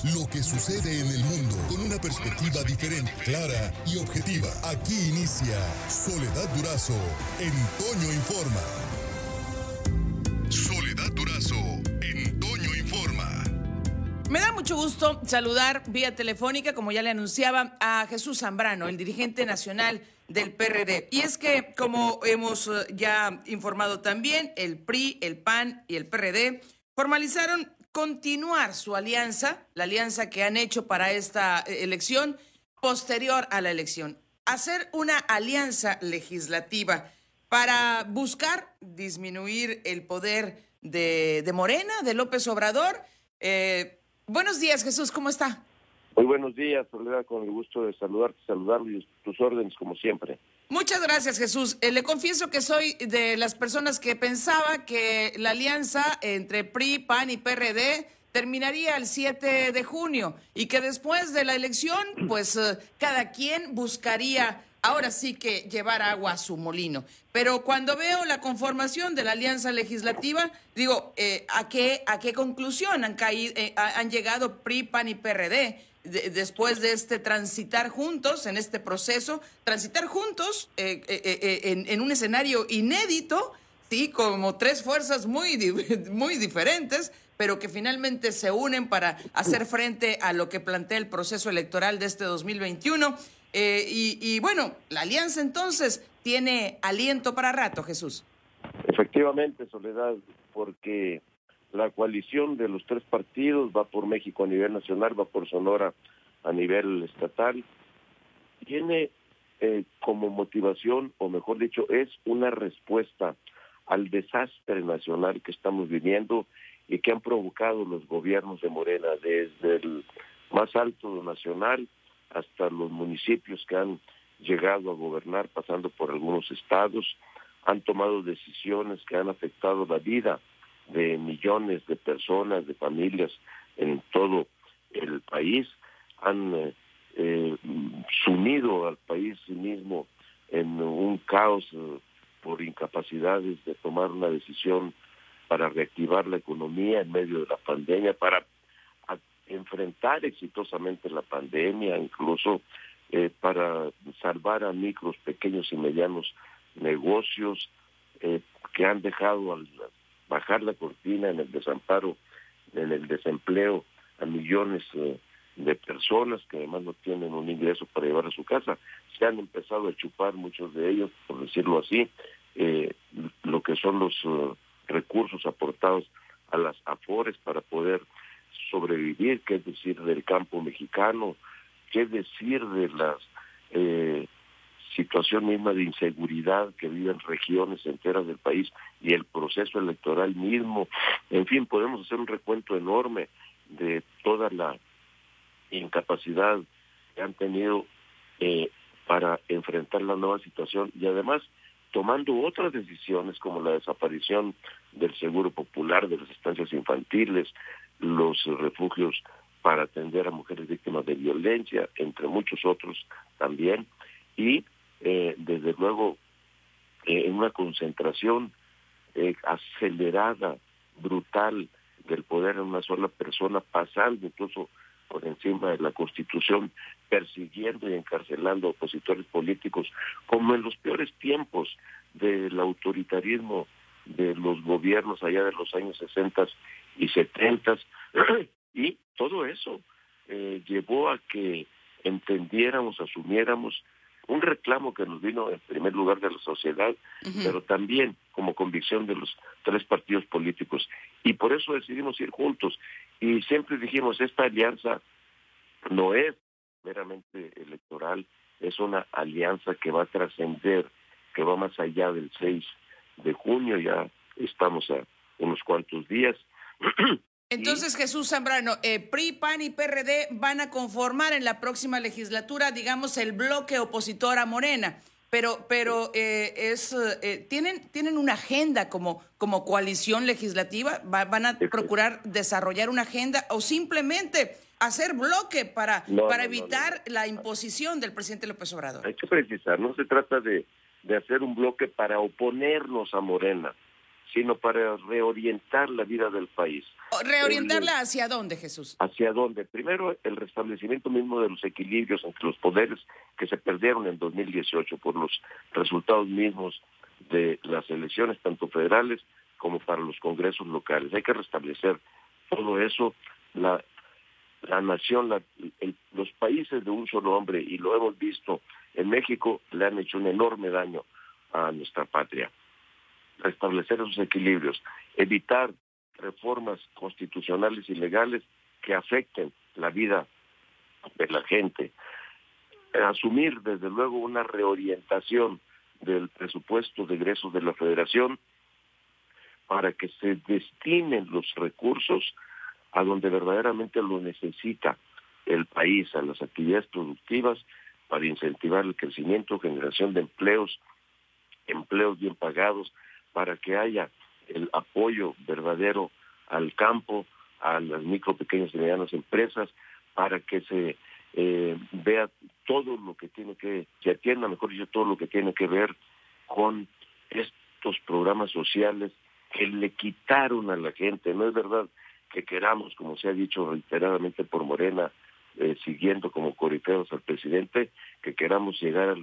lo que sucede en el mundo con una perspectiva diferente, clara y objetiva. Aquí inicia Soledad Durazo en Toño Informa. Soledad Durazo en Toño Informa. Me da mucho gusto saludar vía telefónica, como ya le anunciaba, a Jesús Zambrano, el dirigente nacional del PRD. Y es que, como hemos ya informado también, el PRI, el PAN y el PRD formalizaron continuar su alianza, la alianza que han hecho para esta elección, posterior a la elección. Hacer una alianza legislativa para buscar disminuir el poder de Morena, de López Obrador. Buenos días, Jesús, ¿cómo está? Muy buenos días, Soledad, con el gusto de saludarlo y tus órdenes como siempre. Muchas gracias, Jesús. Le confieso que soy de las personas que pensaba que la alianza entre PRI, PAN y PRD terminaría el 7 de junio y que después de la elección, pues cada quien buscaría ahora sí que llevar agua a su molino. Pero cuando veo la conformación de la alianza legislativa, digo, ¿a qué conclusión han llegado PRI, PAN y PRD? Después de transitar juntos en este proceso, transitar juntos en un escenario inédito, sí, como tres fuerzas muy diferentes, pero que finalmente se unen para hacer frente a lo que plantea el proceso electoral de este 2021. Y bueno, la alianza entonces tiene aliento para rato, Jesús. Efectivamente, Soledad, porque la coalición de los tres partidos va por México a nivel nacional, va por Sonora a nivel estatal. Tiene como motivación, o mejor dicho, es una respuesta al desastre nacional que estamos viviendo y que han provocado los gobiernos de Morena, desde el más alto nacional hasta los municipios que han llegado a gobernar, pasando por algunos estados. Han tomado decisiones que han afectado la vida de millones de personas, de familias en todo el país. Han sumido al país mismo en un caos por incapacidades de tomar una decisión para reactivar la economía en medio de la pandemia, para enfrentar exitosamente la pandemia, incluso para salvar a micros, pequeños y medianos negocios que han dejado al bajar la cortina en el desamparo, en el desempleo a millones de personas que además no tienen un ingreso para llevar a su casa. Se han empezado a chupar muchos de ellos, por decirlo así, lo que son los recursos aportados a las AFORES para poder sobrevivir, qué decir del campo mexicano, qué decir de la situación misma de inseguridad que viven regiones enteras del país y el proceso electoral mismo. En fin, podemos hacer un recuento enorme de toda la incapacidad que han tenido para enfrentar la nueva situación y además tomando otras decisiones como la desaparición del Seguro Popular, de las estancias infantiles, los refugios para atender a mujeres víctimas de violencia, entre muchos otros también, y desde luego en una concentración acelerada, brutal del poder en una sola persona, pasando incluso por encima de la Constitución, persiguiendo y encarcelando opositores políticos, como en los peores tiempos del autoritarismo de los gobiernos allá de los años 60 y 70, y todo eso llevó a que entendiéramos, asumiéramos un reclamo que nos vino en primer lugar de la sociedad, pero también como convicción de los tres partidos políticos. Y por eso decidimos ir juntos. Y siempre dijimos, esta alianza no es meramente electoral, es una alianza que va a trascender, que va más allá del 6 de junio, ya estamos a unos cuantos días. Entonces, Jesús Zambrano, PRI, PAN y PRD van a conformar en la próxima legislatura, digamos, el bloque opositor a Morena, pero ¿tienen una agenda como coalición legislativa? ¿Van a procurar desarrollar una agenda o simplemente hacer bloque para evitar la imposición del presidente López Obrador? Hay que precisar, no se trata de hacer un bloque para oponernos a Morena, sino para reorientar la vida del país. ¿Reorientarla hacia dónde, Jesús? ¿Hacia dónde? Primero, el restablecimiento mismo de los equilibrios entre los poderes que se perdieron en 2018 por los resultados mismos de las elecciones, tanto federales como para los congresos locales. Hay que restablecer todo eso. La nación, los países de un solo hombre, y lo hemos visto en México, le han hecho un enorme daño a nuestra patria. Restablecer esos equilibrios, evitar reformas constitucionales y legales que afecten la vida de la gente, asumir desde luego una reorientación del presupuesto de egresos de la Federación para que se destinen los recursos a donde verdaderamente lo necesita el país, a las actividades productivas, para incentivar el crecimiento, generación de empleos bien pagados, para que haya el apoyo verdadero al campo, a las micro, pequeñas y medianas empresas, para que se vea todo lo que se atienda, mejor dicho, todo lo que tiene que ver con estos programas sociales que le quitaron a la gente. No es verdad que queramos, como se ha dicho reiteradamente por Morena, siguiendo como corifeos al presidente, que queramos llegar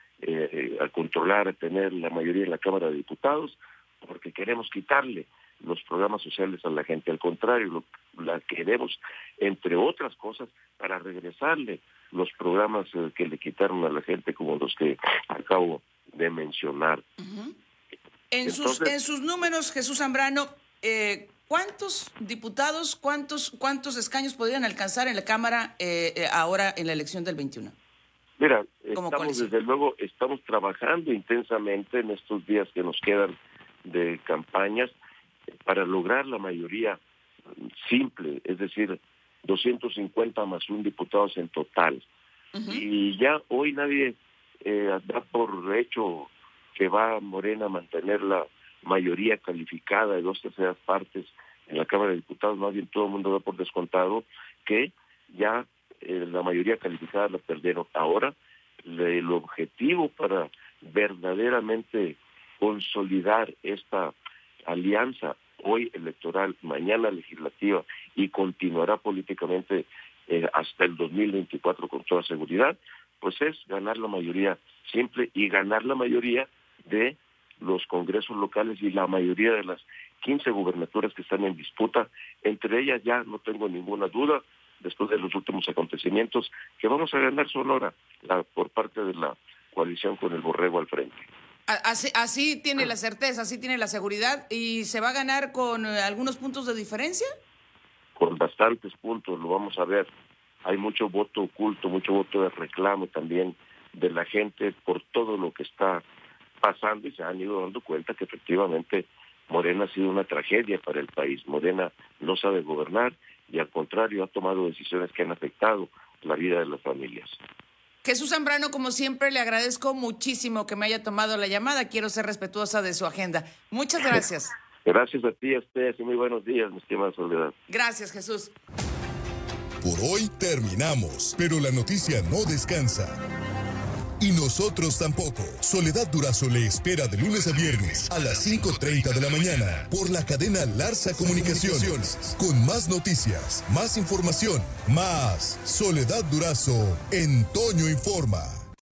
a controlar, a tener la mayoría en la Cámara de Diputados, porque queremos quitarle los programas sociales a la gente. Al contrario, la queremos, entre otras cosas, para regresarle los programas que le quitaron a la gente, como los que acabo de mencionar. Uh-huh. En sus números, Jesús Zambrano, ¿cuántos diputados, cuántos escaños podrían alcanzar en la Cámara ahora en la elección del 21? Mira, desde luego, estamos trabajando intensamente en estos días que nos quedan de campañas para lograr la mayoría simple, es decir, 250 más un diputados en total. Uh-huh. Y ya hoy nadie da por hecho que va Morena a mantener la mayoría calificada de 2/3 partes en la Cámara de Diputados. Más bien todo el mundo da por descontado que ya la mayoría calificada la perdieron. Ahora el objetivo para verdaderamente consolidar esta alianza, hoy electoral, mañana legislativa, y continuará políticamente hasta el 2024 con toda seguridad, pues es ganar la mayoría simple y ganar la mayoría de los congresos locales y la mayoría de las 15 gubernaturas que están en disputa. Entre ellas ya no tengo ninguna duda, después de los últimos acontecimientos, que vamos a ganar Sonora por parte de la coalición con el Borrego al frente. Así tiene la certeza, así tiene la seguridad, ¿y se va a ganar con algunos puntos de diferencia? Con bastantes puntos, lo vamos a ver. Hay mucho voto oculto, mucho voto de reclamo también de la gente por todo lo que está pasando, y se han ido dando cuenta que efectivamente Morena ha sido una tragedia para el país. Morena no sabe gobernar y al contrario ha tomado decisiones que han afectado la vida de las familias. Jesús Zambrano, como siempre, le agradezco muchísimo que me haya tomado la llamada. Quiero ser respetuosa de su agenda. Muchas gracias. Gracias a ti, a ustedes, y muy buenos días, mi estimada Soledad. Gracias, Jesús. Por hoy terminamos, pero la noticia no descansa. Y nosotros tampoco. Soledad Durazo le espera de lunes a viernes a las 5:30 de la mañana por la cadena Larsa Comunicaciones. Con más noticias, más información, más Soledad Durazo en Toño Informa.